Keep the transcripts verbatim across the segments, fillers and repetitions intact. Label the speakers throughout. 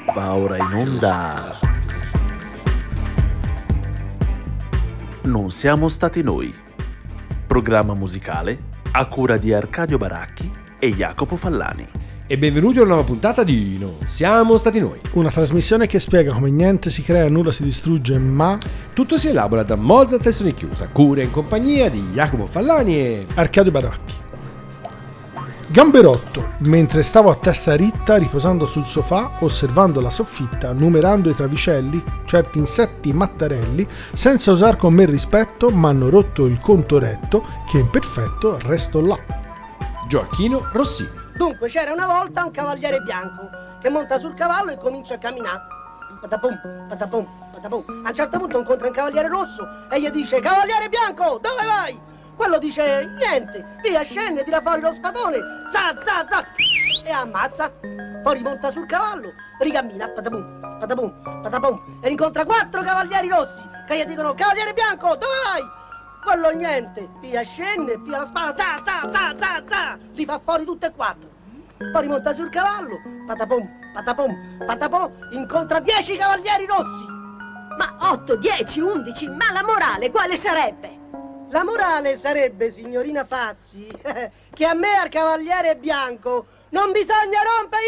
Speaker 1: Va ora in onda. Non siamo stati noi. Programma musicale a cura di Arcadio Baracchi e Jacopo Fallani.
Speaker 2: E benvenuti a una nuova puntata di Non siamo stati noi.
Speaker 3: Una trasmissione che spiega come niente si crea, nulla si distrugge, ma
Speaker 2: tutto si elabora da Mozart e Sony Chiusa, cura in compagnia di Jacopo Fallani e
Speaker 3: Arcadio Baracchi. Gamberotto, mentre stavo a testa ritta riposando sul sofà, osservando la soffitta, numerando i travicelli, certi insetti mattarelli, senza usar con me rispetto, m'hanno rotto il conto retto, che imperfetto resto là.
Speaker 2: Gioacchino Rossini.
Speaker 4: Dunque c'era una volta un cavaliere bianco che monta sul cavallo e comincia a camminare. Patapum, patapum, patapum. A un certo punto incontra un cavaliere rosso e gli dice: "Cavaliere bianco, dove vai?" Quello dice: "Niente, via, scende, tira fuori lo spadone, za za za", e ammazza. Poi rimonta sul cavallo, ricammina, patapum, patapum, patapum, e incontra quattro cavalieri rossi che gli dicono: "Cavaliere bianco, dove vai?" Quello niente, via, scende, via la spada, za za za za za, li fa fuori tutte e quattro. Poi rimonta sul cavallo, patapum, patapum, patapum, incontra dieci cavalieri rossi.
Speaker 5: Ma otto, dieci, undici, ma la morale quale sarebbe?
Speaker 4: La morale sarebbe, signorina Fazzi, che a me, al cavaliere bianco, non bisogna rompere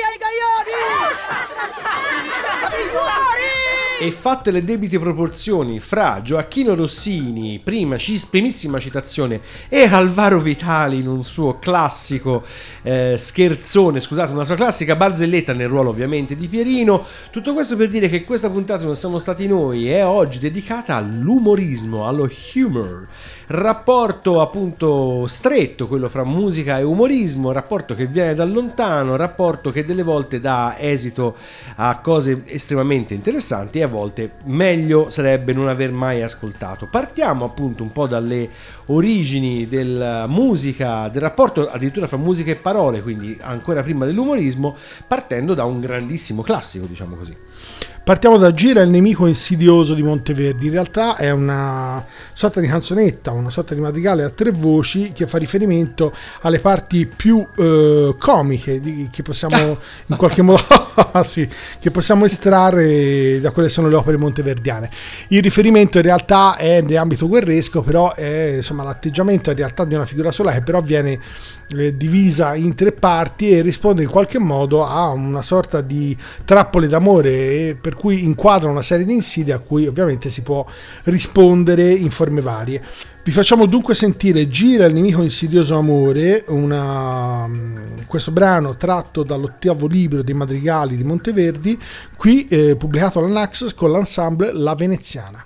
Speaker 4: i coglioni!
Speaker 2: E fatte le debite proporzioni fra Gioacchino Rossini, prima primissima citazione, e Alvaro Vitali in un suo classico eh, scherzone, scusate, una sua classica barzelletta nel ruolo ovviamente di Pierino, tutto questo per dire che questa puntata Non siamo stati noi è oggi dedicata all'umorismo, allo humor, rapporto appunto stretto, quello fra musica e umorismo, rapporto che viene da lontano, rapporto che delle volte dà esito a cose estremamente interessanti e a volte meglio sarebbe non aver mai ascoltato. Partiamo appunto un po' dalle origini della musica, del rapporto addirittura fra musica e parole, quindi ancora prima dell'umorismo, partendo da un grandissimo classico, diciamo così.
Speaker 3: Partiamo da Gira il nemico insidioso di Monteverdi. In realtà è una sorta di canzonetta, una sorta di madrigale a tre voci che fa riferimento alle parti più eh, comiche di, che possiamo in qualche modo sì, che possiamo estrarre da quelle che sono le opere monteverdiane. Il riferimento in realtà è di ambito guerresco, però è, insomma, l'atteggiamento è in realtà di una figura sola che però viene eh, divisa in tre parti e risponde in qualche modo a una sorta di trappole d'amore, e per cui inquadra una serie di insidie a cui ovviamente si può rispondere in forme varie. Vi facciamo dunque sentire Gira il nemico insidioso amore, una, questo brano tratto dall'ottavo libro dei madrigali di Monteverdi, qui eh, pubblicato alla Naxos con l'ensemble La Veneziana.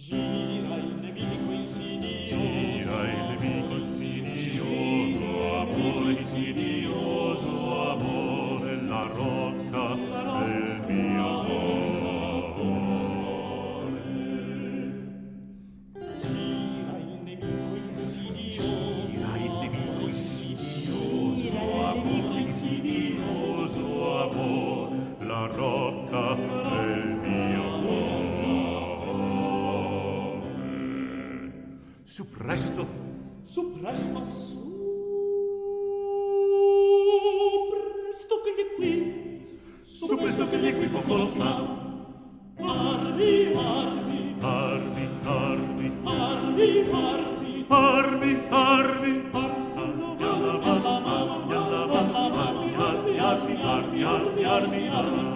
Speaker 6: Su presto, su presto, su presto che è qui, su presto che è qui poco fa. Armi, armi, armi, armi, armi, armi, armi, armi, armi, armi, armi, armi, armi.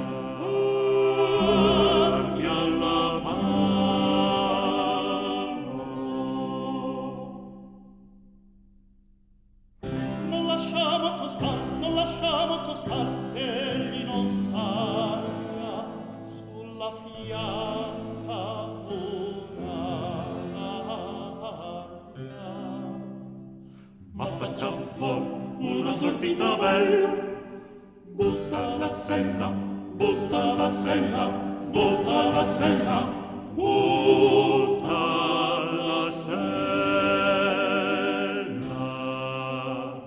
Speaker 6: Una bella, butta la sella, butta la sella, butta la sella, butta la sella.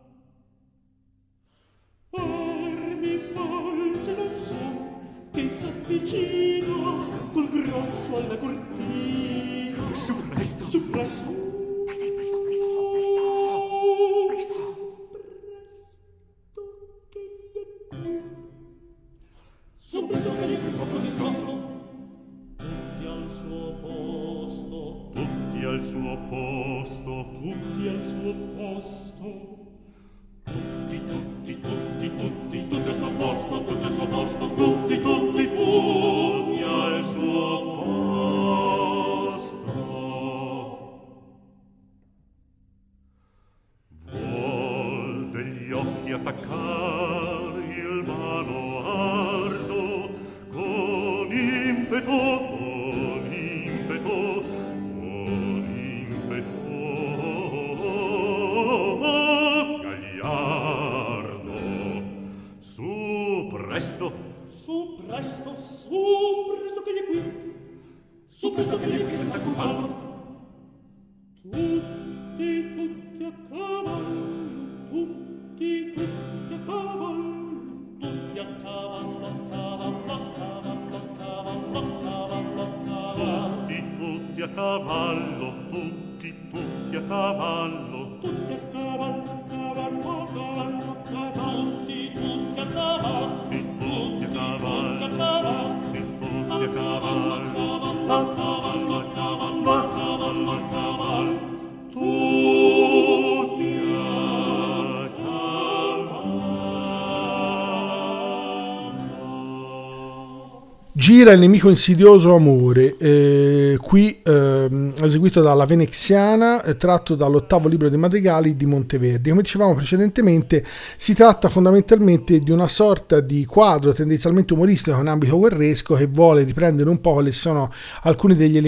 Speaker 6: Armi false non so che s'avvicina col grosso alla cortina. Su presto, su presto. Su presto che al suo posto, tutti al suo posto. Tutti, tutti, tutti, tutti, tutti al suo posto, tutti al suo posto, tutti, tutti, tutti al suo posto. Vuol degli occhi attaccare il baluardo con impeto, con impeto, con impeto. Presto, su presto, su presto che gli è qui, su presto che gli è qui senza cavallo. Tutti, tutti a cavallo, tutti, tutti a cavallo, tutti a cavallo, cavallo, cavallo, cavallo, cavallo, cavallo. Tutti, tutti a cavallo, tutti, tutti a cavallo, tutti a cavallo, cavallo, cavallo, cavallo, tutti, tutti a cavallo.
Speaker 3: Gira il nemico insidioso amore, eh, qui eh, eseguito dalla Veneziana, eh, tratto dall'ottavo libro dei madrigali di Monteverdi. Come dicevamo precedentemente, si tratta fondamentalmente di una sorta di quadro tendenzialmente umoristico in ambito guerresco che vuole riprendere un po' quali sono alcuni degli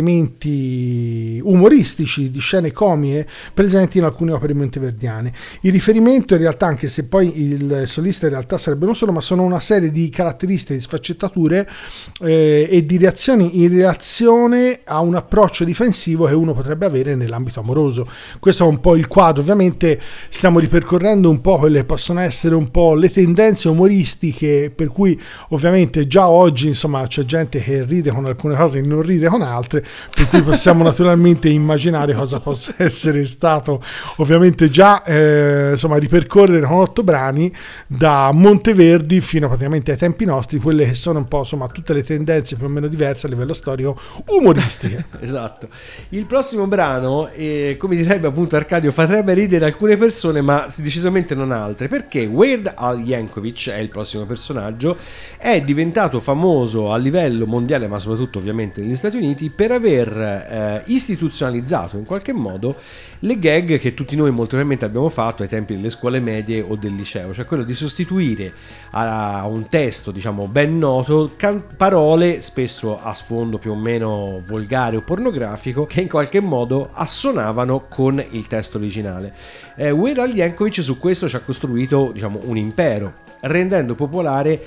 Speaker 3: elementi umoristici di scene comiche presenti in alcune opere monteverdiane. Il riferimento in realtà, anche se poi il solista in realtà sarebbe non solo, ma sono una serie di caratteristiche, di sfaccettature Eh, e di reazioni in reazione a un approccio difensivo che uno potrebbe avere nell'ambito amoroso. Questo è un po' il quadro. Ovviamente stiamo ripercorrendo un po' quelle che possono essere un po' le tendenze umoristiche, per cui ovviamente già oggi insomma c'è gente che ride con alcune cose e non ride con altre, per cui possiamo naturalmente immaginare cosa possa essere stato ovviamente già eh, insomma ripercorrere con otto brani da Monteverdi fino praticamente ai tempi nostri, quelle che sono un po' insomma tutte le tendenze più o meno diverse a livello storico umoristiche.
Speaker 2: Esatto. Il prossimo brano, eh, come direbbe appunto Arcadio, farebbe ridere alcune persone ma decisamente non altre, perché Weird Al Yankovic è il prossimo personaggio, è diventato famoso a livello mondiale ma soprattutto ovviamente negli Stati Uniti per aver eh, istituzionalizzato in qualche modo le gag che tutti noi molto probabilmente abbiamo fatto ai tempi delle scuole medie o del liceo, cioè quello di sostituire a un testo diciamo ben noto can- parole spesso a sfondo più o meno volgare o pornografico che in qualche modo assonavano con il testo originale. eh, Weird Al Yankovic su questo ci ha costruito diciamo un impero, rendendo popolare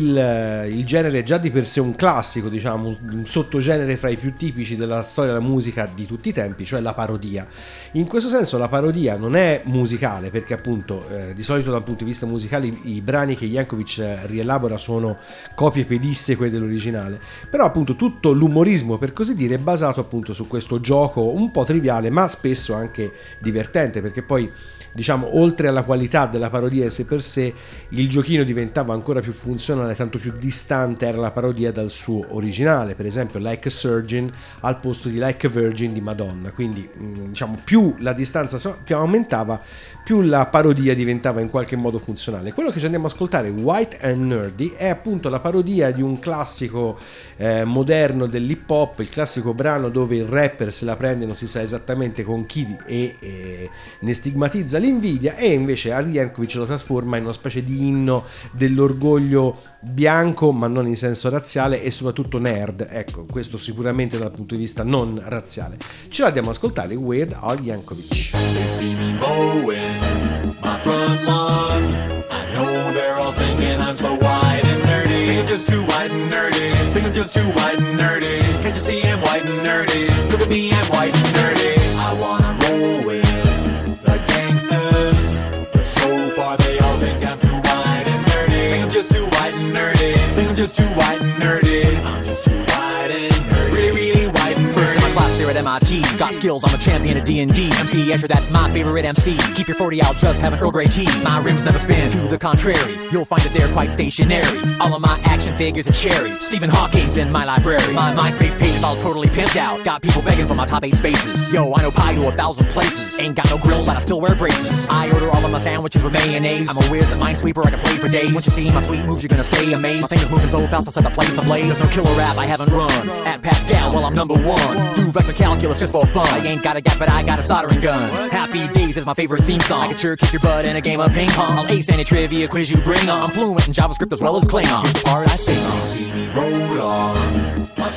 Speaker 2: il, il genere già di per sé un classico, diciamo un sottogenere fra i più tipici della storia della musica di tutti i tempi, cioè la parodia. In questo senso la parodia non è musicale, perché appunto eh, di solito dal punto di vista musicale i, i brani che Yankovic rielabora sono copie pedisseque dell'originale, però appunto tutto l'umorismo per così dire è basato appunto su questo gioco un po' triviale ma spesso anche divertente, perché poi diciamo oltre alla qualità della parodia in sé per sé il giochino diventava ancora più funzionale tanto più distante era la parodia dal suo originale. Per esempio Like a Surgeon al posto di Like a Virgin di Madonna, quindi diciamo più la distanza più aumentava più la parodia diventava in qualche modo funzionale. Quello che ci andiamo a ascoltare, White and Nerdy, è appunto la parodia di un classico eh, moderno dell'hip hop, il classico brano dove il rapper se la prende non si sa esattamente con chi e, e ne stigmatizza l'invidia, e invece Al Yankovic lo trasforma in una specie di inno dell'orgoglio bianco ma non in senso razziale e soprattutto nerd, ecco, questo sicuramente dal punto di vista non razziale. Ce l'andiamo a ascoltare, Weird Al Yankovic.
Speaker 7: They see me mowing my front lawn. I know they're all thinking I'm so white and nerdy. Think I'm just too white and nerdy. Think I'm just too white and nerdy. Can't you see I'm white and nerdy? Look at me, I'm white and nerdy. I wanna roll with the gangsters, but so far they all think I'm too white and nerdy. Think I'm just too white and nerdy. Think I'm just too white and nerdy. I'm just too white and nerdy. Really, really white and nerdy. First in my class there at
Speaker 8: at M I T. Got skills, I'm a champion at D and D. M C Escher, that's my favorite M C. Keep your forty out, just have an Earl Grey tea. My rims never spin, to the contrary. You'll find that they're quite stationary. All of my action figures are cherry. Stephen Hawking's in my library. My MySpace page is all totally pimped out. Got people begging for my top eight spaces. Yo, I know pie to a thousand places. Ain't got no grills, but I still wear braces. I order all of my sandwiches with mayonnaise. I'm a whiz at Minesweeper, I can play for days. Once you see my sweet moves, you're gonna stay amazed. My fingers moving so fast, I'll set the place ablaze. There's no killer rap I haven't run. At Pascal, well, I'm number one. Do vector calculus just for fun. I ain't got a gap, but I got a soldering gun. Happy Days is my favorite theme song. I can sure kick your butt in a game of ping pong. I'll ace any trivia quiz you bring on. I'm fluent in JavaScript as well as Klingon. Here's the part I sing on.
Speaker 7: You see me roll on my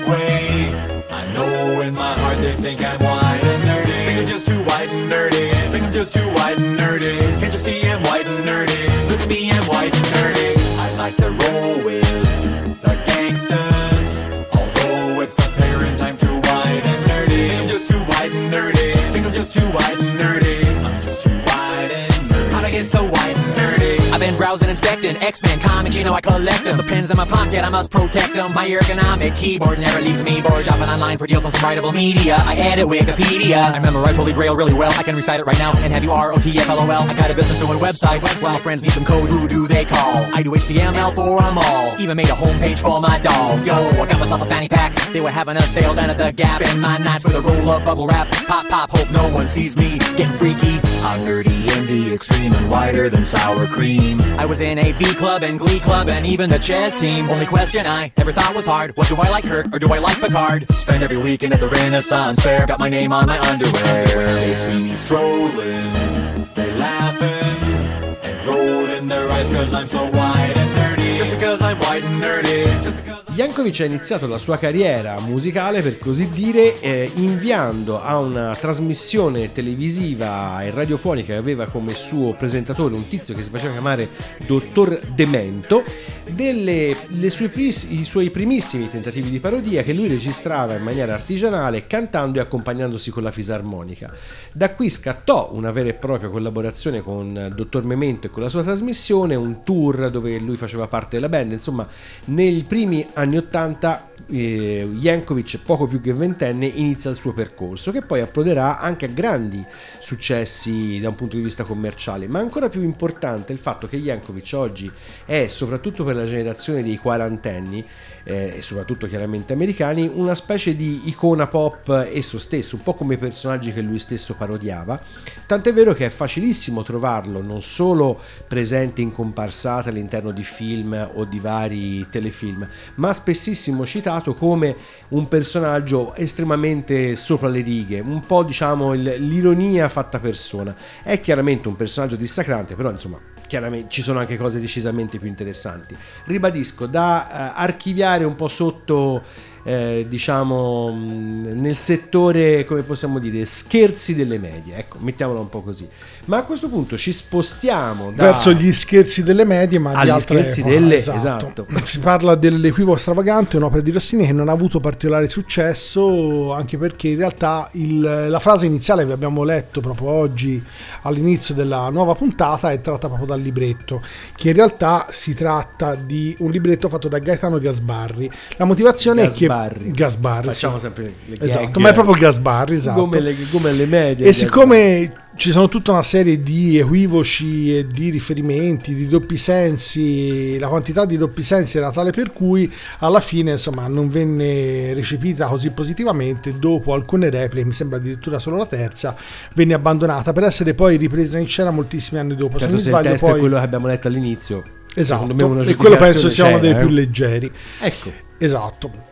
Speaker 7: Segway. I know in my heart they think I'm wide and nerdy. Think I'm just too wide and nerdy. Think I'm just too wide and nerdy. Can't you see I'm wide and nerdy? Look at me, I'm wide and nerdy. I like to roll with the gangsters. Although it's apparent I'm too wide and nerdy. Think I'm just too wide and nerdy. Think I'm just too wide and nerdy. I'm just too wide and nerdy. How'd I get so wide and nerdy?
Speaker 8: I've been browsing, inspecting X-Men comics, you know I collect them. The pens in my pocket, I must protect them. My ergonomic keyboard never leaves me bored. Shopping online for deals on some writable media. I edit Wikipedia. I memorize Holy Grail really well. I can recite it right now and have you R O T F L O L. I got a business doing websites. websites. Well, my friends need some code, who do they call? I do H T M L for them all. Even made a homepage for my dog. Yo, I got myself a fanny pack. They were having a sale down at the Gap. Spend my nights with a roll-up bubble wrap. Pop, pop, hope no one sees me getting freaky.
Speaker 7: I'm nerdy in the extreme and wider than sour cream.
Speaker 8: I was in a V Club and Glee Club and even the chess team. Only question I ever thought was hard, what do I like, Kirk or do I like Picard?
Speaker 7: Spend every weekend at the Renaissance Fair. Got my name on my underwear. They see me strolling, they laughing and rolling their eyes cause I'm so wide and nerdy. Just because I'm wide and nerdy. Just because
Speaker 2: Yankovic ha iniziato la sua carriera musicale, per così dire, eh, inviando a una trasmissione televisiva e radiofonica che aveva come suo presentatore un tizio che si faceva chiamare Dottor Demento, delle, le sue, i suoi primissimi tentativi di parodia che lui registrava in maniera artigianale, cantando e accompagnandosi con la fisarmonica. Da qui scattò una vera e propria collaborazione con Dottor Memento e con la sua trasmissione, un tour dove lui faceva parte della band. Insomma, nei primi anni ottanta eh, Yankovic, poco più che ventenne, inizia il suo percorso, che poi approderà anche a grandi successi da un punto di vista commerciale. Ma ancora più importante è il fatto che Yankovic oggi è, soprattutto per la generazione dei quarantenni eh, e soprattutto chiaramente americani, una specie di icona pop esso stesso, un po' come i personaggi che lui stesso parodiava, tant'è vero che è facilissimo trovarlo non solo presente in comparsate all'interno di film o di vari telefilm, ma spessissimo citato come un personaggio estremamente sopra le righe, un po' diciamo il, l'ironia fatta persona. È chiaramente un personaggio dissacrante, però insomma chiaramente ci sono anche cose decisamente più interessanti. Ribadisco, da eh, archiviare un po' sotto eh, diciamo nel settore, come possiamo dire, scherzi delle medie, ecco, mettiamola un po' così. Ma a questo punto ci spostiamo da...
Speaker 3: verso gli scherzi delle medie, ma di altre
Speaker 2: scherzi
Speaker 3: epoche.
Speaker 2: delle...
Speaker 3: Esatto.
Speaker 2: esatto.
Speaker 3: Si parla dell'Equivoco stravagante, un'opera di Rossini che non ha avuto particolare successo, anche perché in realtà il, la frase iniziale che abbiamo letto proprio oggi all'inizio della nuova puntata è tratta proprio dal libretto, che in realtà si tratta di un libretto fatto da Gaetano Gasbarri. La motivazione
Speaker 2: Gasbarri.
Speaker 3: è che Gasbarri,
Speaker 2: facciamo
Speaker 3: sì.
Speaker 2: sempre le
Speaker 3: esatto,
Speaker 2: gag.
Speaker 3: ma è proprio Gasbarri, esatto.
Speaker 2: Come le, come le medie.
Speaker 3: E siccome ci sono tutta una serie di equivoci e di riferimenti, di doppi sensi, la quantità di doppi sensi era tale per cui alla fine insomma non venne recepita così positivamente. Dopo alcune repliche, mi sembra addirittura solo la terza, venne abbandonata per essere poi ripresa in scena moltissimi anni dopo.
Speaker 2: Certo,
Speaker 3: se
Speaker 2: se
Speaker 3: non
Speaker 2: il
Speaker 3: sbaglio
Speaker 2: testo
Speaker 3: poi
Speaker 2: è quello che abbiamo letto all'inizio,
Speaker 3: esatto,
Speaker 2: me una
Speaker 3: e quello penso sia uno dei
Speaker 2: c'era,
Speaker 3: più
Speaker 2: eh?
Speaker 3: leggeri,
Speaker 2: Ecco,
Speaker 3: esatto.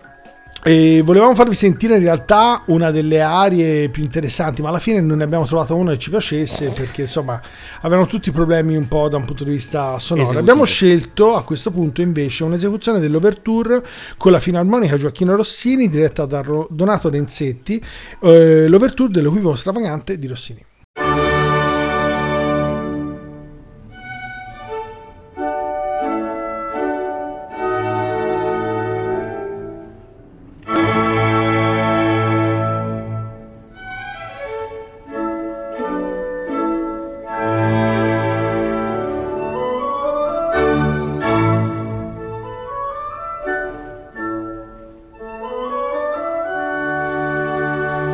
Speaker 3: E volevamo farvi sentire in realtà una delle arie più interessanti, ma alla fine non ne abbiamo trovato una che ci piacesse, perché insomma avevano tutti problemi un po' da un punto di vista sonoro.
Speaker 2: Esecutivo.
Speaker 3: Abbiamo scelto a questo punto invece un'esecuzione dell'Overture con la Filarmonica Gioacchino Rossini, diretta da Donato Renzetti, eh, l'Overture dell'Equivoco stravagante di Rossini.
Speaker 9: Thank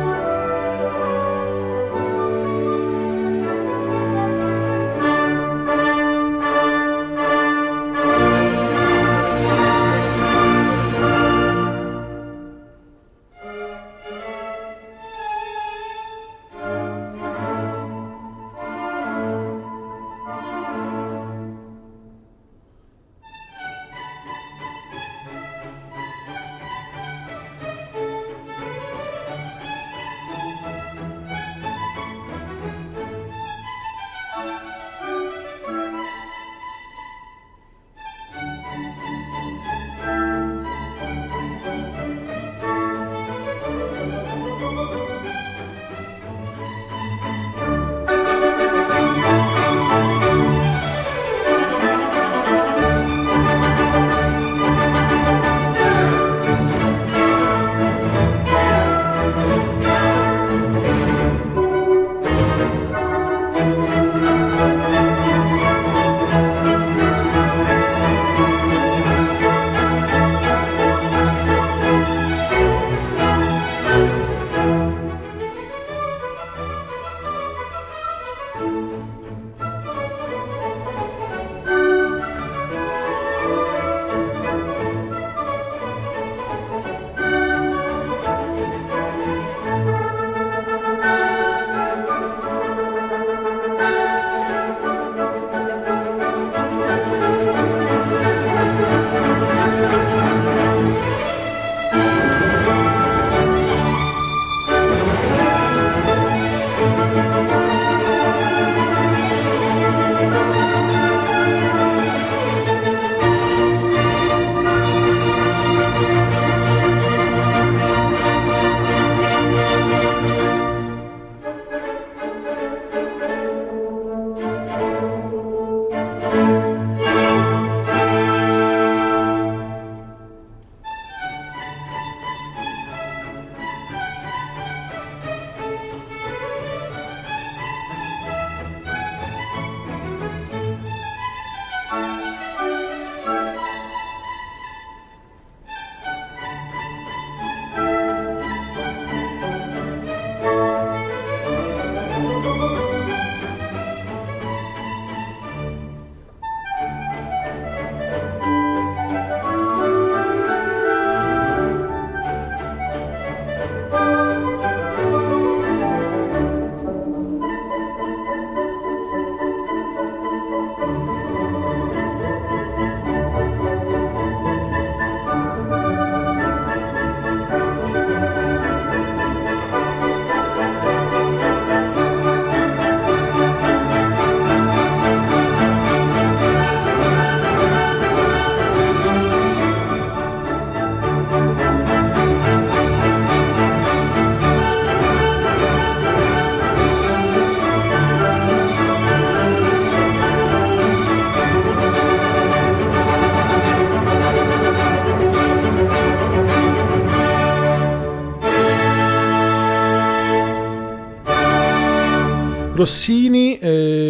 Speaker 3: Rossini,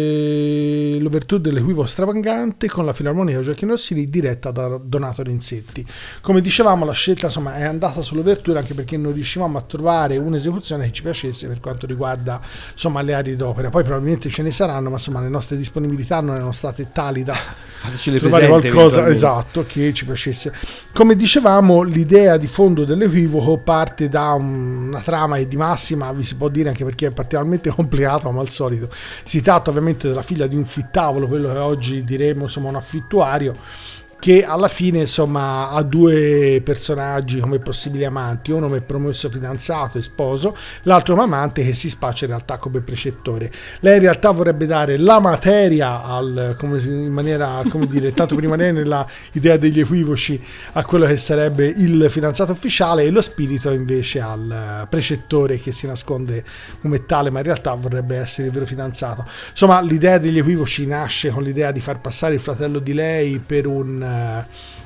Speaker 3: eh, l'ouverture dell'Equivoco Stravagante con la Filarmonica Gioacchino Rossini diretta da Donato Renzetti. Come dicevamo, la scelta insomma è andata sull'ouverture anche perché non riuscivamo a trovare un'esecuzione che ci piacesse per quanto riguarda insomma le arie d'opera. Poi probabilmente ce ne saranno, ma insomma le nostre disponibilità non erano state tali da trovare qualcosa esatto che ci piacesse. Come dicevamo, l'idea di fondo dell'Equivoco parte da una trama e di massima, vi si può dire anche perché è particolarmente complicata, ma al solito si tratta ovviamente della figlia di un fittavolo, quello che oggi diremo insomma un affittuario, che alla fine insomma ha due personaggi come possibili amanti, uno come promesso fidanzato e sposo, l'altro come amante che si spaccia in realtà come precettore. Lei in realtà vorrebbe dare la materia al, come in maniera, come dire, tanto per rimanere nella idea degli equivoci, a quello che sarebbe il fidanzato ufficiale, e lo spirito invece al precettore che si nasconde come tale, ma in realtà vorrebbe essere il vero fidanzato. Insomma, l'idea degli equivoci nasce con l'idea di far passare il fratello di lei per un Uh,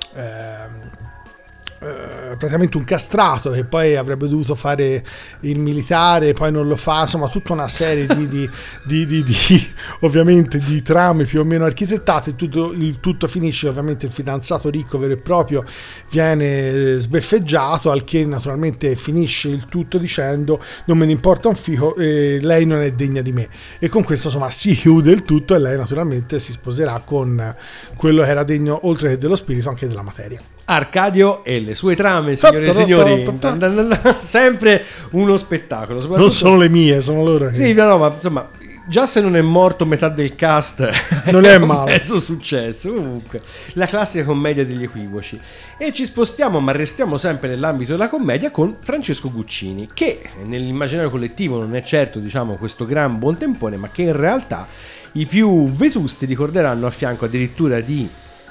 Speaker 3: uh, Uh, praticamente un castrato che poi avrebbe dovuto fare il militare, poi non lo fa, insomma tutta una serie di, di, di, di, di ovviamente di trame più o meno architettate. Tutto, il tutto finisce ovviamente il fidanzato ricco vero e proprio viene sbeffeggiato, al che naturalmente finisce il tutto dicendo non me ne importa un fico, eh, lei non è degna di me, e con questo insomma si chiude il tutto e lei naturalmente si sposerà con quello che era degno oltre che dello spirito anche della materia.
Speaker 2: Arcadio e le sue trame, signore e signori, sempre uno spettacolo.
Speaker 3: Non sono le mie, sono loro.
Speaker 2: Sì, no, ma insomma, già se non è morto metà del cast,
Speaker 3: non è male.
Speaker 2: Mezzo successo. Comunque, la classica commedia degli equivoci. E ci spostiamo, ma restiamo sempre nell'ambito della commedia, con Francesco Guccini, che nell'immaginario collettivo non è certo, diciamo, questo gran buon tempone, ma che in realtà i più vetusti ricorderanno a fianco addirittura di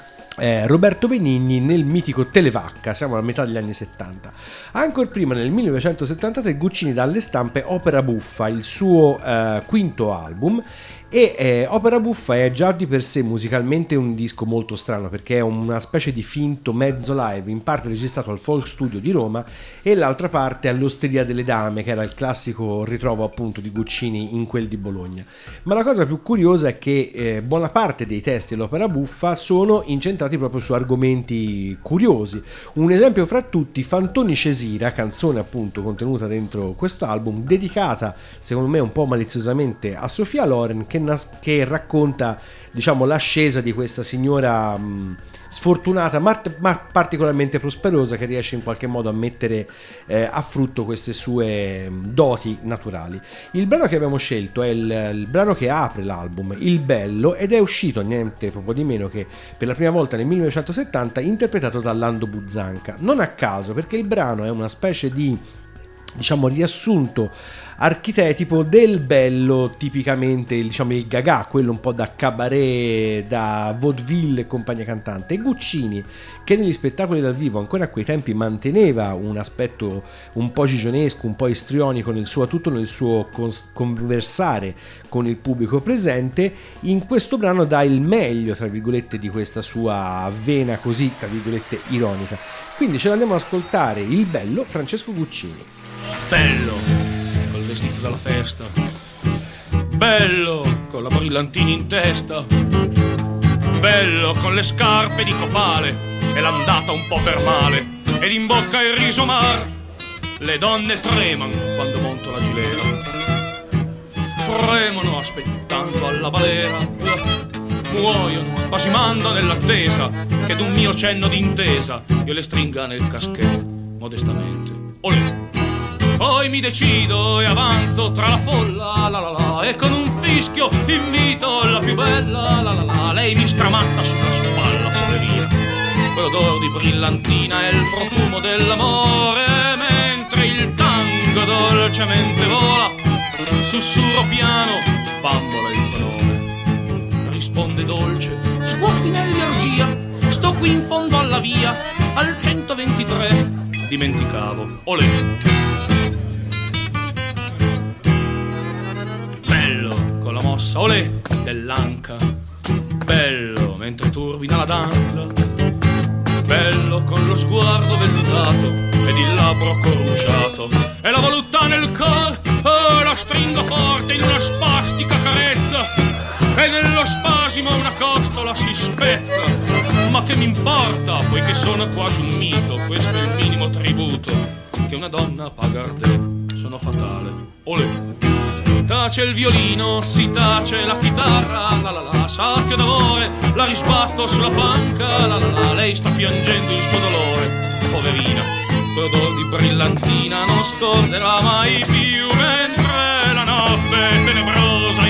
Speaker 2: Eh, Roberto Benigni nel mitico Televacca, siamo alla metà degli anni settanta. Ancora prima, nel millenovecentosettantatré, Guccini dà alle stampe Opera Buffa, il suo eh, quinto album, e eh, Opera Buffa è già di per sé musicalmente un disco molto strano, perché è una specie di finto mezzo live, in parte registrato al Folk Studio di Roma e l'altra parte all'Osteria delle Dame, che era il classico ritrovo appunto di Guccini in quel di Bologna. Ma la cosa più curiosa è che eh, buona parte dei testi dell'Opera Buffa sono incentrati proprio su argomenti curiosi. Un esempio fra tutti, Fantoni Cesira, canzone appunto contenuta dentro questo album, dedicata secondo me un po' maliziosamente a Sofia Loren, che che racconta, diciamo, l'ascesa di questa signora mh, sfortunata ma, ma particolarmente prosperosa, che riesce in qualche modo a mettere eh, a frutto queste sue doti naturali. Il brano che abbiamo scelto è il, il brano che apre l'album, Il Bello, ed è uscito niente proprio di meno che per la prima volta nel millenovecentosettanta, interpretato da Lando Buzzanca. Non a caso, perché il brano è una specie di, diciamo, riassunto archetipo del bello, tipicamente diciamo il gaga, quello un po' da cabaret, da vaudeville e compagnia cantante. E Guccini, che negli spettacoli dal vivo ancora a quei tempi manteneva un aspetto un po' gigionesco, un po' istrionico nel suo, tutto nel suo conversare con il pubblico presente, in questo brano dà il meglio, tra virgolette, di questa sua vena così, tra virgolette, ironica. Quindi ce l'andiamo ad ascoltare, Il Bello, Francesco Guccini.
Speaker 6: Bello col vestito dalla festa, bello con la brillantina in testa, bello con le scarpe di copale e l'andata un po' per male, ed in bocca il riso mar. Le donne tremano quando monto la gilera, fremono aspettando alla balera, muoiono spasimando nell'attesa che d'un mio cenno d'intesa io le stringa nel caschetto modestamente. Olè. Poi mi decido e avanzo tra la folla, la la la, e con un fischio invito la più bella, la la la. Lei mi stramazza sulla spalla, poverina, quell'odor di brillantina e il profumo dell'amore, mentre il tango dolcemente vola, sussurro piano, bambola il panone. Risponde dolce, sguazzi nell'orgia, sto qui in fondo alla via, al centoventitré, dimenticavo, olè. Con la mossa olè dell'anca, bello mentre turbina la danza, bello con lo sguardo vellutato ed il labbro corrucciato e la voluttà nel cor, oh, la stringo forte in una spastica uno spasimo, una costola si spezza, ma che mi importa, poiché sono quasi un mito, questo è il minimo tributo che una donna paga ardè, sono fatale, olè. Tace il violino, si tace la chitarra, la la la, sazio d'amore, la risbatto sulla panca, la la la, lei sta piangendo il suo dolore, poverina, quell'odor di brillantina non scorderà mai più, mentre la notte tenebrosa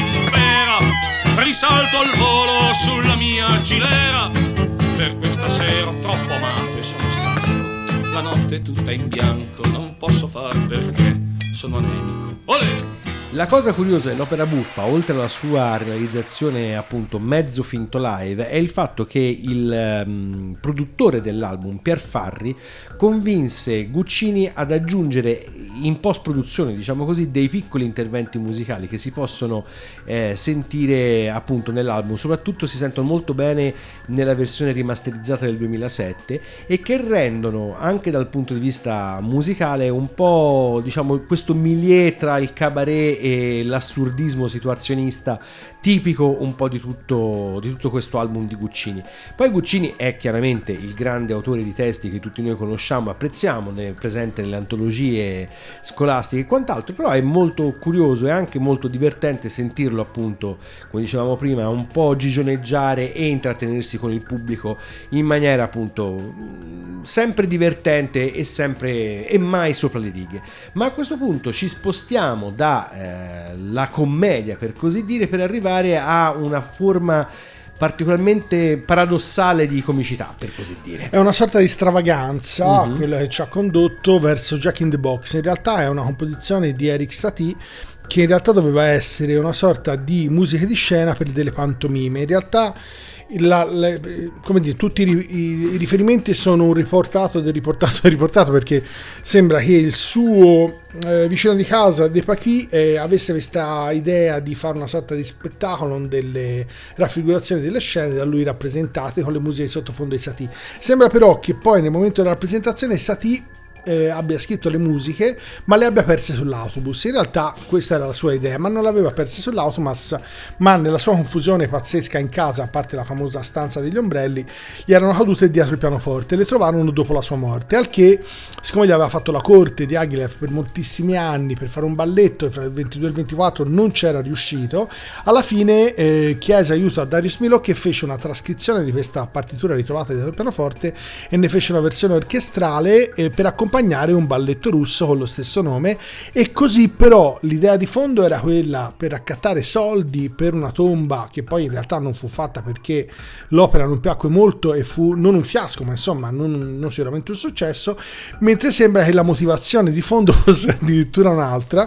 Speaker 6: impera, risalto al volo sulla mia gilera, per questa sera troppo amato e sono stanco, la notte è tutta in bianco, non posso far perché sono anemico, olè!
Speaker 2: La cosa curiosa dell'opera buffa, oltre alla sua realizzazione appunto mezzo finto live, è il fatto che il um, produttore dell'album, Pier Farri, convinse Guccini ad aggiungere in post-produzione, diciamo così, dei piccoli interventi musicali che si possono eh, sentire appunto nell'album, soprattutto si sentono molto bene nella versione rimasterizzata del duemilasette e che rendono anche dal punto di vista musicale un po', diciamo, questo milieu tra il cabaret e l'assurdismo situazionista tipico un po' di tutto, di tutto questo album di Guccini. Poi Guccini è chiaramente il grande autore di testi che tutti noi conosciamo, apprezziamo, ne presente nelle antologie scolastiche e quant'altro, però è molto curioso e anche molto divertente sentirlo appunto, come dicevamo prima, un po' gigioneggiare e intrattenersi con il pubblico in maniera appunto sempre divertente e sempre e mai sopra le righe. Ma a questo punto ci spostiamo da eh, la commedia, per così dire, per arrivare a una forma particolarmente paradossale di comicità, per così dire.
Speaker 3: È una sorta di stravaganza,
Speaker 2: Mm-hmm.
Speaker 3: quella che ci ha condotto verso Jack in the Box. In realtà è una composizione di Erik Satie che in realtà doveva essere una sorta di musica di scena per delle pantomime. In realtà La, la, come dire, tutti i, i, i riferimenti sono un riportato del riportato del riportato, perché sembra che il suo eh, vicino di casa De Paquis eh, avesse questa idea di fare una sorta di spettacolo, delle raffigurazioni delle scene da lui rappresentate con le musiche di sottofondo di Satie. Sembra però che poi nel momento della rappresentazione Satie Eh, abbia scritto le musiche ma le abbia perse sull'autobus. In realtà questa era la sua idea, ma non le aveva perse sull'autobus, ma nella sua confusione pazzesca in casa, a parte la famosa stanza degli ombrelli, gli erano cadute dietro il pianoforte e le trovarono dopo la sua morte, al che, siccome gli aveva fatto la corte di Diaghilev per moltissimi anni per fare un balletto e fra il ventidue e il ventiquattro non c'era riuscito, alla fine eh, chiese aiuto a Darius Milhaud, che fece una trascrizione di questa partitura ritrovata dietro il pianoforte e ne fece una versione orchestrale eh, per accompagnare un balletto russo con lo stesso nome. E così, però, l'idea di fondo era quella per raccattare soldi per una tomba che poi in realtà non fu fatta perché l'opera non piacque molto e fu non un fiasco, ma insomma non, non sicuramente un successo, mentre sembra che la motivazione di fondo fosse addirittura un'altra,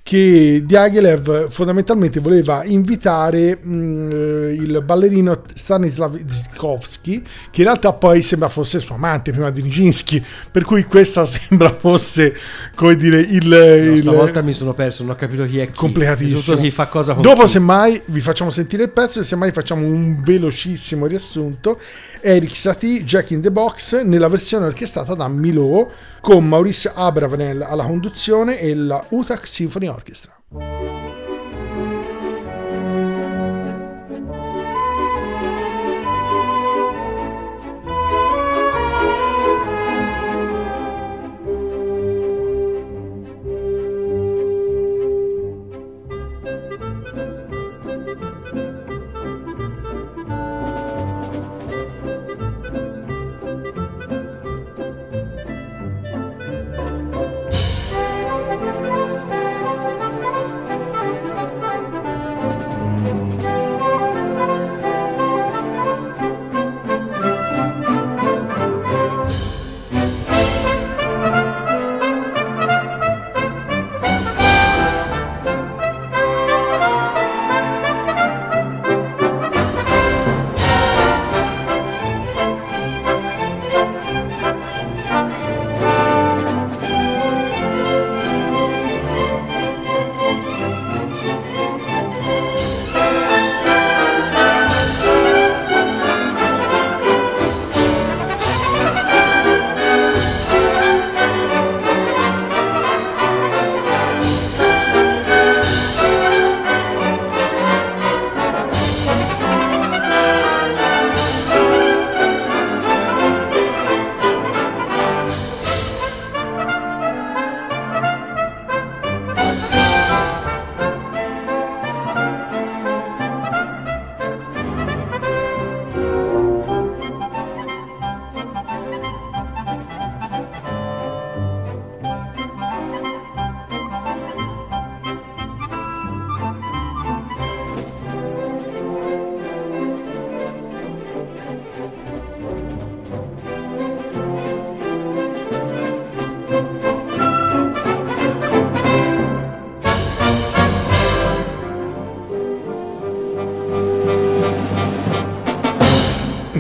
Speaker 3: che Diaghilev fondamentalmente voleva invitare mh, il ballerino Stanislav Zhikovsky, che in realtà poi sembra fosse il suo amante prima di Nijinsky, per cui questa sembra fosse, come dire, il,
Speaker 2: no,
Speaker 3: il
Speaker 2: stavolta mi sono perso, non ho capito chi è chi,
Speaker 3: complicatissimo,
Speaker 2: chi fa cosa con
Speaker 3: dopo
Speaker 2: chi.
Speaker 3: Semmai vi facciamo sentire il pezzo e semmai facciamo un velocissimo riassunto. Erik Satie, Jack in the Box, nella versione orchestrata da Milhaud, con Maurice Abravanel alla conduzione e la Utak Symphony Orchestra.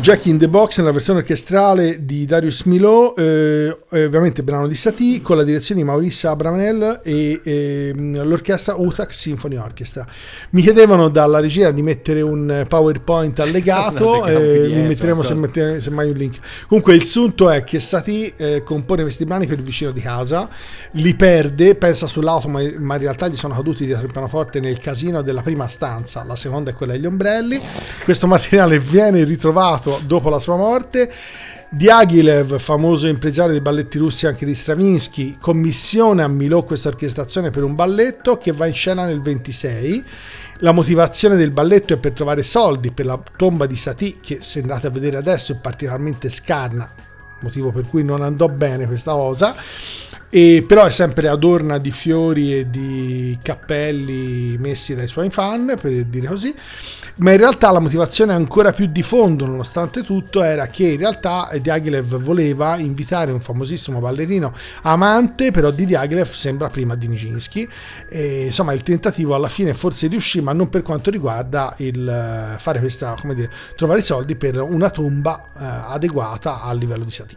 Speaker 3: Jack in the Box nella versione orchestrale di Darius Milhaud, eh, ovviamente brano di Satie con la direzione di Maurice Abravanel e eh, l'orchestra Utak Symphony Orchestra. Mi chiedevano dalla regia di mettere un PowerPoint allegato, eh, mi metteremo se, mette, se mai un link. Comunque il sunto è che Satie eh, compone questi brani per il vicino di casa, li perde, pensa sull'auto ma, ma in realtà gli sono caduti dietro il pianoforte nel casino della prima stanza, la seconda è quella degli ombrelli. Questo materiale viene ritrovato dopo la sua morte. Diaghilev, famoso impresario dei balletti russi anche di Stravinsky, commissiona a Milhaud questa orchestrazione per un balletto che va in scena nel ventisei. La motivazione del balletto è per trovare soldi per la tomba di Satie, che se andate a vedere adesso è particolarmente scarna, motivo per cui non andò bene questa cosa, e però è sempre adorna di fiori e di cappelli messi dai suoi fan, per dire così. Ma in realtà la motivazione ancora più di fondo, nonostante tutto, era che in realtà Diaghilev voleva invitare un famosissimo ballerino amante, però di Diaghilev sembra prima di Nijinsky, e insomma il tentativo alla fine forse riuscì, ma non per quanto riguarda il fare questa, come dire, trovare i soldi per una tomba eh, adeguata al livello di Satie.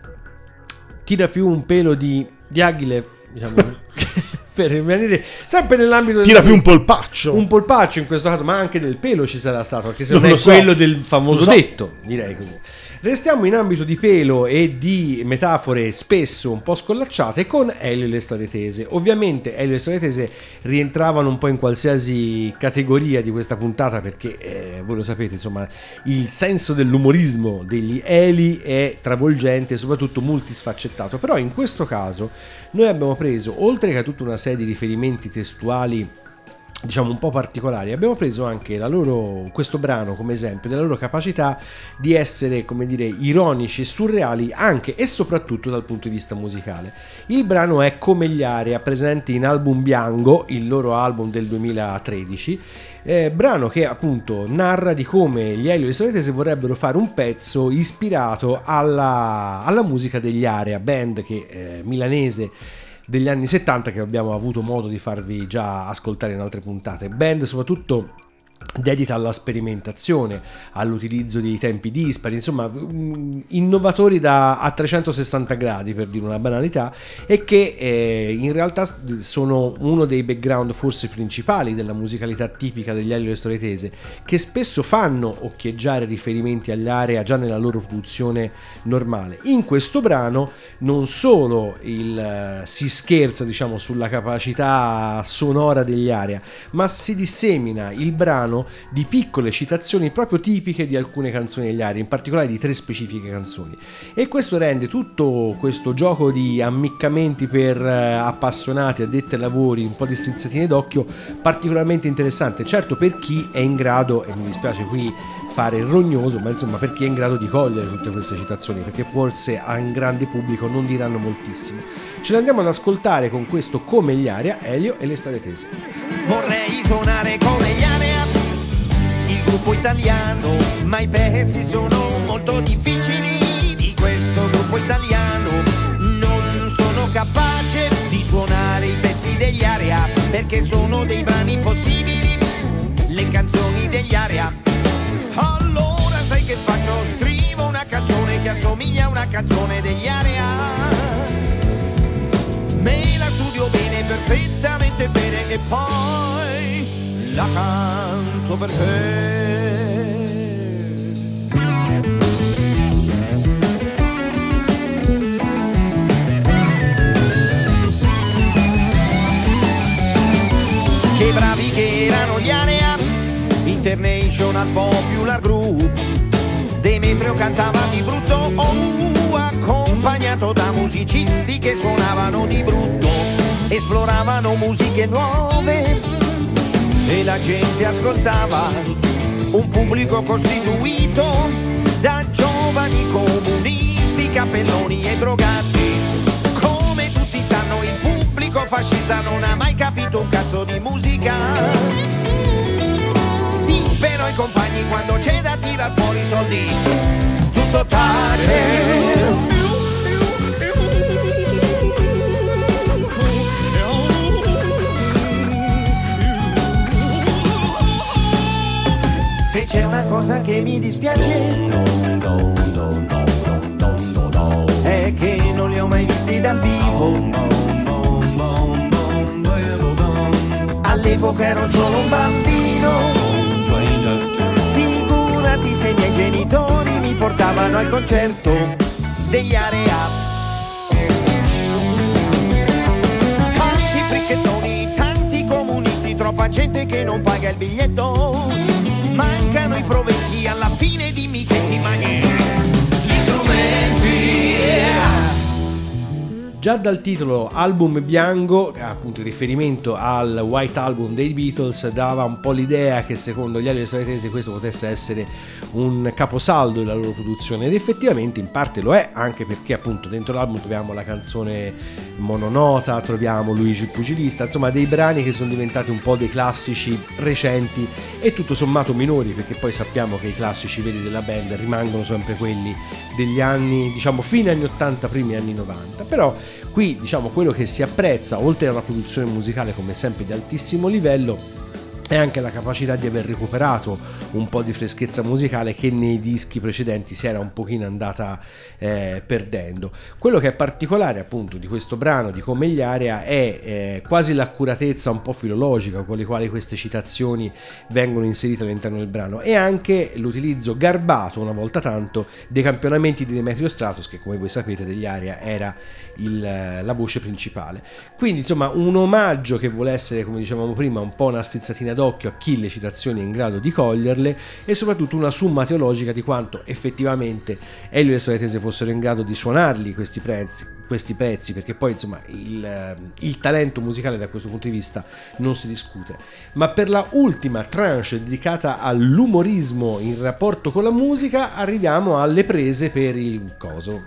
Speaker 2: Tira più un pelo di Diaghilev, diciamo. Per rimanere sempre nell'ambito
Speaker 3: tira
Speaker 2: del...
Speaker 3: più un polpaccio
Speaker 2: un polpaccio in questo caso, ma anche del pelo ci sarà stato, anche se non,
Speaker 3: non
Speaker 2: è
Speaker 3: so.
Speaker 2: quello del famoso
Speaker 3: so.
Speaker 2: detto, direi così. Restiamo in ambito di pelo e di metafore spesso un po' scollacciate con Elio e le storie tese. Ovviamente Elio e le storie tese rientravano un po' in qualsiasi categoria di questa puntata, perché eh, voi lo sapete, insomma, il senso dell'umorismo degli Eli è travolgente e soprattutto multisfaccettato. Però in questo caso noi abbiamo preso, oltre che a tutta una serie di riferimenti testuali diciamo un po' particolari, abbiamo preso anche la loro, questo brano come esempio della loro capacità di essere, come dire, ironici e surreali anche e soprattutto dal punto di vista musicale. Il brano è Come gli Area, presente in Album Bianco, il loro album del duemilatredici, eh, brano che appunto narra di come gli Elio e le storie tese vorrebbero fare un pezzo ispirato alla, alla musica degli Area, band che eh, milanese degli anni settanta, che abbiamo avuto modo di farvi già ascoltare in altre puntate. Band soprattutto dedita alla sperimentazione, all'utilizzo di tempi dispari, insomma innovatori da a trecentosessanta gradi, per dire una banalità, e che eh, in realtà sono uno dei background forse principali della musicalità tipica degli Elio e le storie tese, che spesso fanno occhieggiare riferimenti agli Area già nella loro produzione normale. In questo brano non solo il, si scherza diciamo sulla capacità sonora degli Area, ma si dissemina il brano di piccole citazioni proprio tipiche di alcune canzoni degli Area, in particolare di tre specifiche canzoni, e questo rende tutto questo gioco di ammiccamenti per appassionati, addetti ai lavori, un po' di strizzatine d'occhio particolarmente interessante, certo per chi è in grado, e mi dispiace qui fare il rognoso, ma insomma per chi è in grado di cogliere tutte queste citazioni, perché forse a un grande pubblico non diranno moltissimo. Ce le andiamo ad ascoltare con questo Come gli Area, Elio e le storie tese.
Speaker 9: Vorrei suonare come gli Area, il gruppo italiano, ma i pezzi sono molto difficili di questo gruppo italiano. Non sono capace di suonare i pezzi degli Area, perché sono dei brani impossibili, le canzoni degli Area. Allora sai che faccio? Scrivo una canzone che assomiglia a una canzone degli Area, me la studio bene, perfettamente bene, e poi la canto per te. Che bravi che erano gli Area, International Popular Group. Demetrio cantava di brutto, oh, accompagnato da musicisti che suonavano di brutto, esploravano musiche nuove e la gente ascoltava, un pubblico costituito da giovani comunisti, cappelloni e drogati. Come tutti sanno, il pubblico fascista non ha mai capito un cazzo di musica. Sì, però i compagni quando c'è da tirar fuori i soldi tutto tace. Se c'è una cosa che mi dispiace è che non li ho mai visti dal vivo. All'epoca ero solo un bambino, figurati se i miei genitori mi portavano al concerto degli Area. Tanti fricchettoni, tanti comunisti, troppa gente che non paga il biglietto. Mancano i proventi, alla fine dimmi che ti mangi gli strumenti. Yeah.
Speaker 2: Già dal titolo Album Bianco, appunto in riferimento al White Album dei Beatles, dava un po' l'idea che secondo gli Elio Tesi questo potesse essere un caposaldo della loro produzione, ed effettivamente in parte lo è, anche perché appunto dentro l'album troviamo la canzone Mononota, troviamo Luigi il Pugilista, insomma dei brani che sono diventati un po' dei classici recenti e tutto sommato minori, perché poi sappiamo che i classici veri della band rimangono sempre quelli degli anni, diciamo fine anni ottanta, primi anni novanta. Però qui diciamo quello che si apprezza, oltre a una produzione musicale come sempre di altissimo livello, è anche la capacità di aver recuperato un po' di freschezza musicale che nei dischi precedenti si era un pochino andata eh, perdendo. Quello che è particolare appunto di questo brano di Come gli Area è eh, quasi l'accuratezza un po' filologica con le quali queste citazioni vengono inserite all'interno del brano, e anche l'utilizzo garbato una volta tanto dei campionamenti di Demetrio Stratos, che come voi sapete degli Area era il, la voce principale. Quindi insomma un omaggio che vuole essere, come dicevamo prima, un po' una strizzatina d'occhio a chi le citazioni è in grado di coglierle, e soprattutto una summa teologica di quanto effettivamente Elio e le sue tese fossero in grado di suonarli questi pezzi, questi pezzi perché poi insomma il, il talento musicale da questo punto di vista non si discute. Ma per la ultima tranche dedicata all'umorismo in rapporto con la musica arriviamo alle prese per il coso.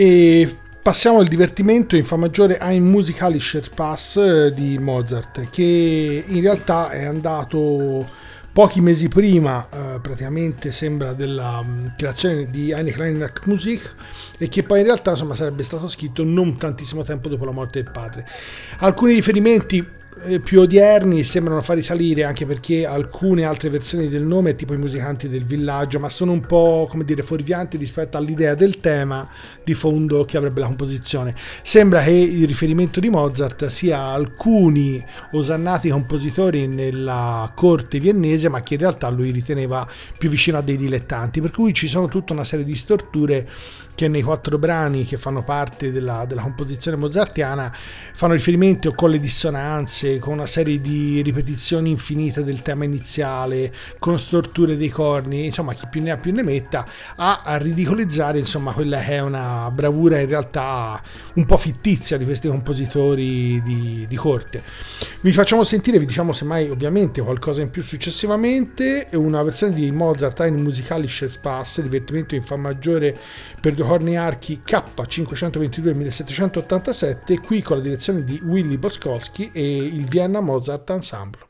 Speaker 3: E passiamo al divertimento in fa maggiore Ein musikalischer Spaß di Mozart, che in realtà è andato pochi mesi prima, eh, praticamente sembra, della um, creazione di Eine kleine Nachtmusik, e che poi in realtà insomma sarebbe stato scritto non tantissimo tempo dopo la morte del padre. Alcuni riferimenti più odierni sembrano far risalire, anche perché alcune altre versioni del nome, tipo i musicanti del villaggio, ma sono un po', come dire, fuorvianti rispetto all'idea del tema di fondo che avrebbe la composizione. Sembra che il riferimento di Mozart sia a alcuni osannati compositori nella corte viennese, ma che in realtà lui riteneva più vicino a dei dilettanti, per cui ci sono tutta una serie di storture che nei quattro brani che fanno parte della, della composizione mozartiana fanno riferimento con le dissonanze, con una serie di ripetizioni infinite del tema iniziale, con storture dei corni, insomma chi più ne ha più ne metta, a, a ridicolizzare insomma quella che è una bravura in realtà un po' fittizia di questi compositori di, di corte. Vi facciamo sentire, vi diciamo semmai ovviamente qualcosa in più successivamente, una versione di Mozart Ein musikalischer Spaß, divertimento in fa maggiore per due corni archi K cinquecentoventidue millesettecentottantasette, qui con la direzione di Willy Boskolski e il Vienna Mozart Ensemble.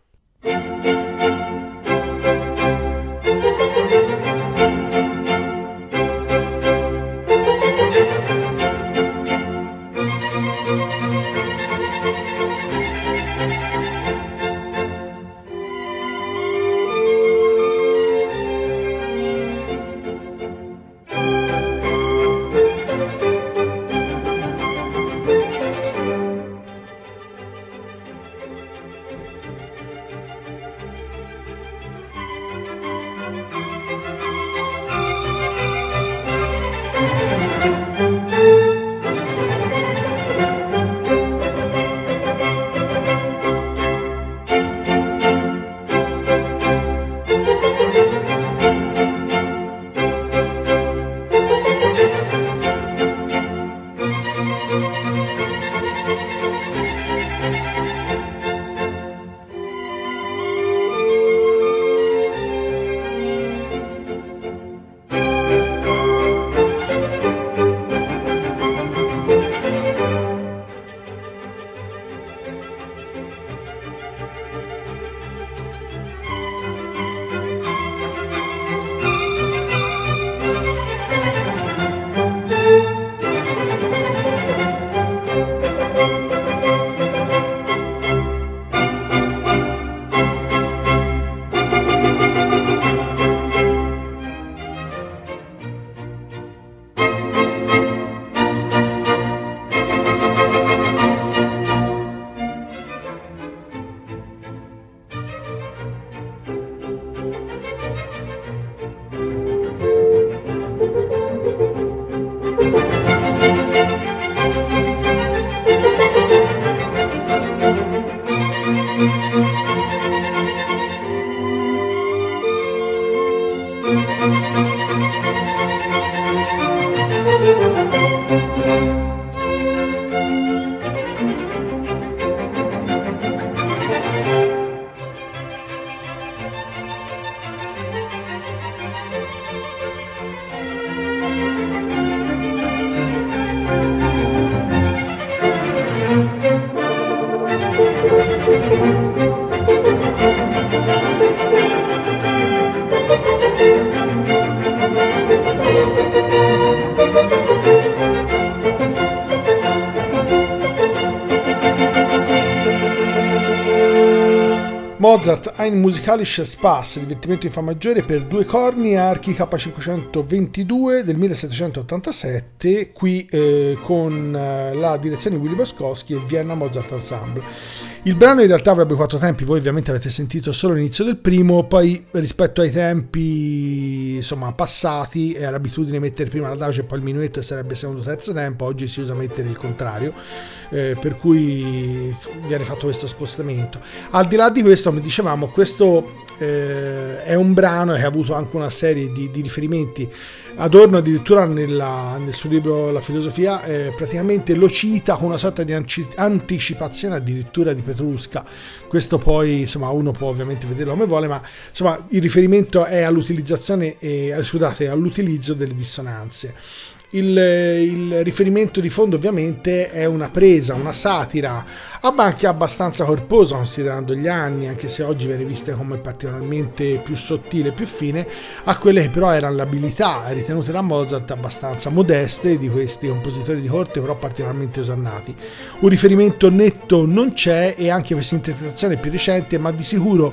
Speaker 3: Mozart Ein musikalischer Spaß, divertimento in fa maggiore per due corni e archi K cinquecentoventidue del millesettecentottantasette, qui eh, con eh, la direzione di Willy Boscovski e Vienna Mozart Ensemble. Il brano in realtà avrebbe quattro tempi, voi ovviamente avete sentito solo l'inizio del primo, poi rispetto ai tempi insomma passati è l'abitudine mettere prima l'adagio e poi il minuetto e sarebbe secondo terzo tempo, oggi si usa mettere il contrario, eh, per cui viene fatto questo spostamento. Al di là di questo, come dicevamo, questo eh, è un brano che ha avuto anche una serie di, di riferimenti. Adorno addirittura nella, nel suo libro La filosofia eh, praticamente lo cita con una sorta di anci- anticipazione addirittura di Petrusca. Questo poi insomma uno può ovviamente vederlo come vuole, ma insomma il riferimento è all'utilizzazione eh, scusate all'utilizzo delle dissonanze. Il, il riferimento di fondo ovviamente è una presa, una satira anche abbastanza corposa considerando gli anni, anche se oggi viene vista come particolarmente più sottile, più fine, a quelle che però erano le abilità ritenute da Mozart abbastanza modeste di questi compositori di corte, però particolarmente osannati. Un riferimento netto non c'è, e anche questa interpretazione è più recente, ma di sicuro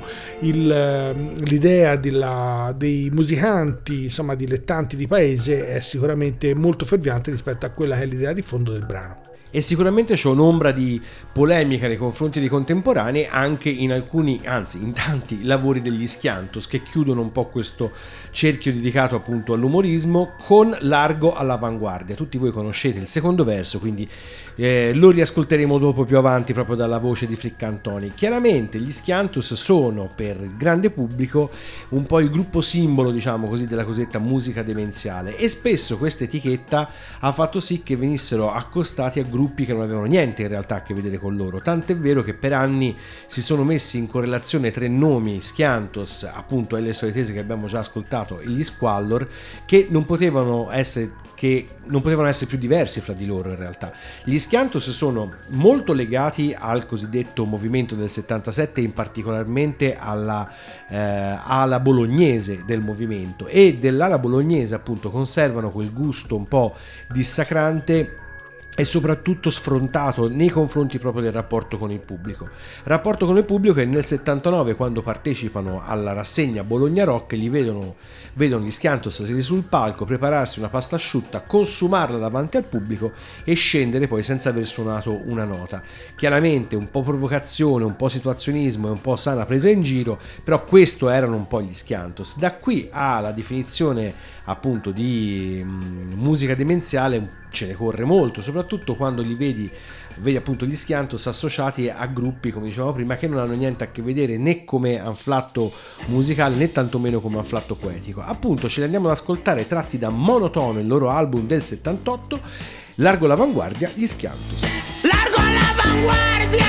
Speaker 3: il, l'idea della, dei musicanti insomma dilettanti di paese è sicuramente molto fuorviante rispetto a quella che è l'idea di fondo del brano.
Speaker 2: E sicuramente c'è un'ombra di polemica nei confronti dei contemporanei anche in alcuni, anzi in tanti lavori degli Schiantos, che chiudono un po' questo cerchio dedicato appunto all'umorismo con Largo all'avanguardia. Tutti voi conoscete il secondo verso, quindi eh, lo riascolteremo dopo più avanti proprio dalla voce di Friccantoni. Chiaramente gli Schiantos sono per il grande pubblico un po' il gruppo simbolo, diciamo così, della cosiddetta musica demenziale, e spesso questa etichetta ha fatto sì che venissero accostati a gruppi che non avevano niente in realtà a che vedere con loro, tant'è vero che per anni si sono messi in correlazione tre nomi, Schiantos, appunto Elio Soletesi che abbiamo già ascoltato, e gli Squallor, che non potevano essere che non potevano essere più diversi fra di loro in realtà. Gli Schiantos sono molto legati al cosiddetto movimento del settantasette, in particolarmente alla eh, ala bolognese del movimento, e dell'ala bolognese appunto conservano quel gusto un po' dissacrante e soprattutto sfrontato nei confronti proprio del rapporto con il pubblico. Rapporto con il pubblico che nel settantanove, quando partecipano alla rassegna Bologna Rock, li vedono, vedono gli Schiantos salire sul palco, prepararsi una pasta asciutta, consumarla davanti al pubblico e scendere poi senza aver suonato una nota. Chiaramente un po' provocazione, un po' situazionismo e un po' sana presa in giro, però questo erano un po' gli Schiantos. Da qui alla definizione appunto di mh, musica demenziale ce ne corre molto, soprattutto quando li vedi, vedi appunto gli Schiantos associati a gruppi, come dicevamo prima, che non hanno niente a che vedere né come anflatto musicale né tantomeno come anflatto poetico. Appunto ce li andiamo ad ascoltare tratti da Monotono, il loro album del settantotto, Largo all'avanguardia, gli Schiantos.
Speaker 10: Largo all'avanguardia,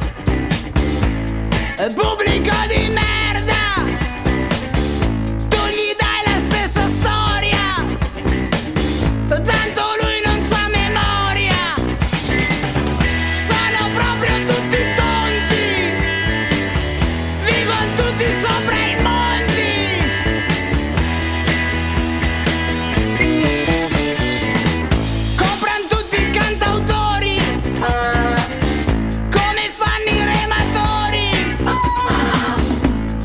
Speaker 10: pubblico di merda, tu gli dai la stessa storia, tanto lui non sa memoria, sono proprio tutti tonti, vivono tutti sopra i monti, comprano tutti i cantautori, come fanno i rematori,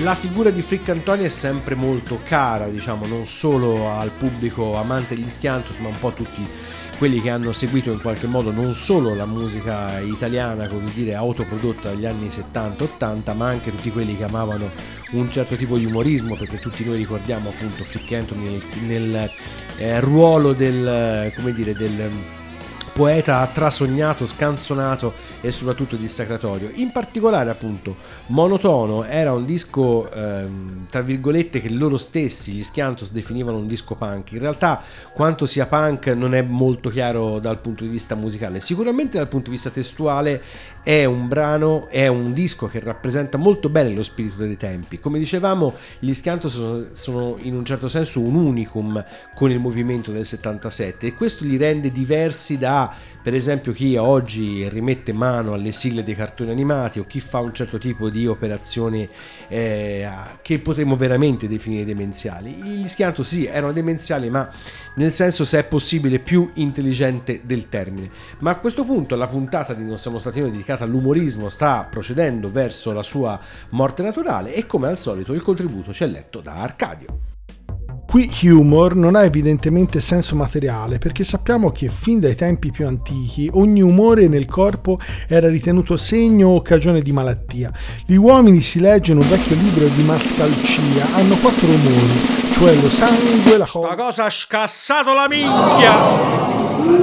Speaker 2: la figura di Fricantoni è sempre molto cara, diciamo, non solo al pubblico amante degli Schiantos, ma un po' tutti quelli che hanno seguito in qualche modo non solo la musica italiana, come dire, autoprodotta dagli anni settanta ottanta, ma anche tutti quelli che amavano un certo tipo di umorismo, perché tutti noi ricordiamo appunto Frick Anthony nel, nel eh, ruolo del, come dire, del poeta trasognato, scanzonato e soprattutto dissacratorio. In particolare appunto Monotono era un disco ehm, tra virgolette che loro stessi, gli Schiantos, definivano un disco punk. In realtà quanto sia punk non è molto chiaro dal punto di vista musicale. Sicuramente dal punto di vista testuale è un brano, è un disco che rappresenta molto bene lo spirito dei tempi. Come dicevamo, gli Schiantos sono, sono in un certo senso un unicum con il movimento del settantasette, e questo li rende diversi da, per esempio, chi oggi rimette mano alle sigle dei cartoni animati o chi fa un certo tipo di operazioni eh, che potremmo veramente definire demenziali. Gli Schiantos sì, erano demenziali, ma nel senso, se è possibile, più intelligente del termine. Ma a questo punto la puntata di Non siamo stati noi dedicata all'umorismo sta procedendo verso la sua morte naturale, e come al solito il contributo ci è letto da Arcadio.
Speaker 3: Qui humor non ha evidentemente senso materiale, perché sappiamo che fin dai tempi più antichi ogni umore nel corpo era ritenuto segno o occasione di malattia. Gli uomini, si legge in un vecchio libro di Mascalcia, hanno quattro umori, cioè lo sangue, la cosa...
Speaker 2: La cosa ha scassato la minchia!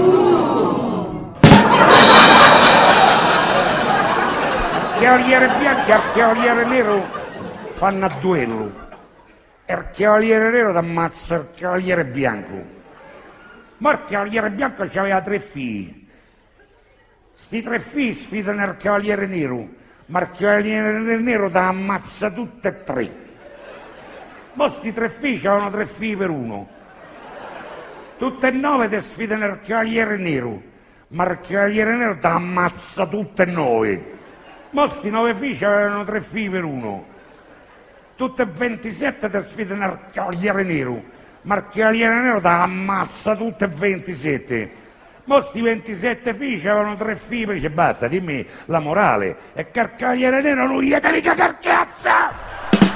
Speaker 11: Cavaliere bianco e il cavaliere nero fanno a duello. E il cavaliere nero ti ammazza il cavaliere bianco. Ma il cavaliere bianco aveva tre figli. Sti tre figli sfidano il cavaliere nero, ma il cavaliere nero ti ammazza tutte e tre. Ma sti tre figli avevano tre figli per uno. Tutte e nove ti sfidano il cavaliere nero, ma il cavaliere nero ti ammazza tutte e nove. Ma sti nove figli avevano tre figli per uno. Tutte e ventisette ti sfidano il cavaliere nero, ma il cavaliere nero ti ammazza tutte e ventisette. Ma sti ventisette figli avevano tre figli, dice basta, dimmi la morale. E che il cavaliere nero lui gli devi cagare cazzo!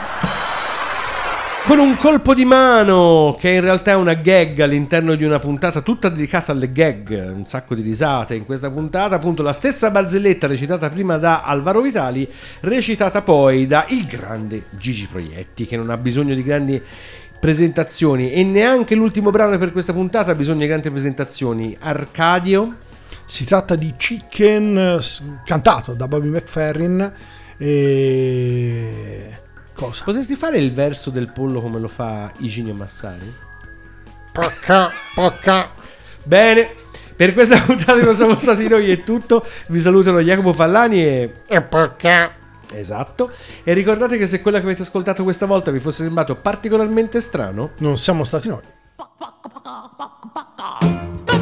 Speaker 2: Con un colpo di mano, che in realtà è una gag all'interno di una puntata tutta dedicata alle gag, un sacco di risate in questa puntata, appunto la stessa barzelletta recitata prima da Alvaro Vitali, recitata poi da il grande Gigi Proietti, che non ha bisogno di grandi presentazioni, e neanche l'ultimo brano per questa puntata ha bisogno di grandi presentazioni. Arcadio?
Speaker 3: Si tratta di Chicken, cantato da Bobby McFerrin, e... cosa?
Speaker 2: Potresti fare il verso del pollo come lo fa Iginio Massari?
Speaker 3: Pocca, pocca.
Speaker 2: Bene, per questa puntata che non siamo stati noi è tutto. Vi salutano Jacopo Fallani e...
Speaker 3: E pocca.
Speaker 2: Esatto. E ricordate che se quello che avete ascoltato questa volta vi fosse sembrato particolarmente strano,
Speaker 3: non siamo stati noi.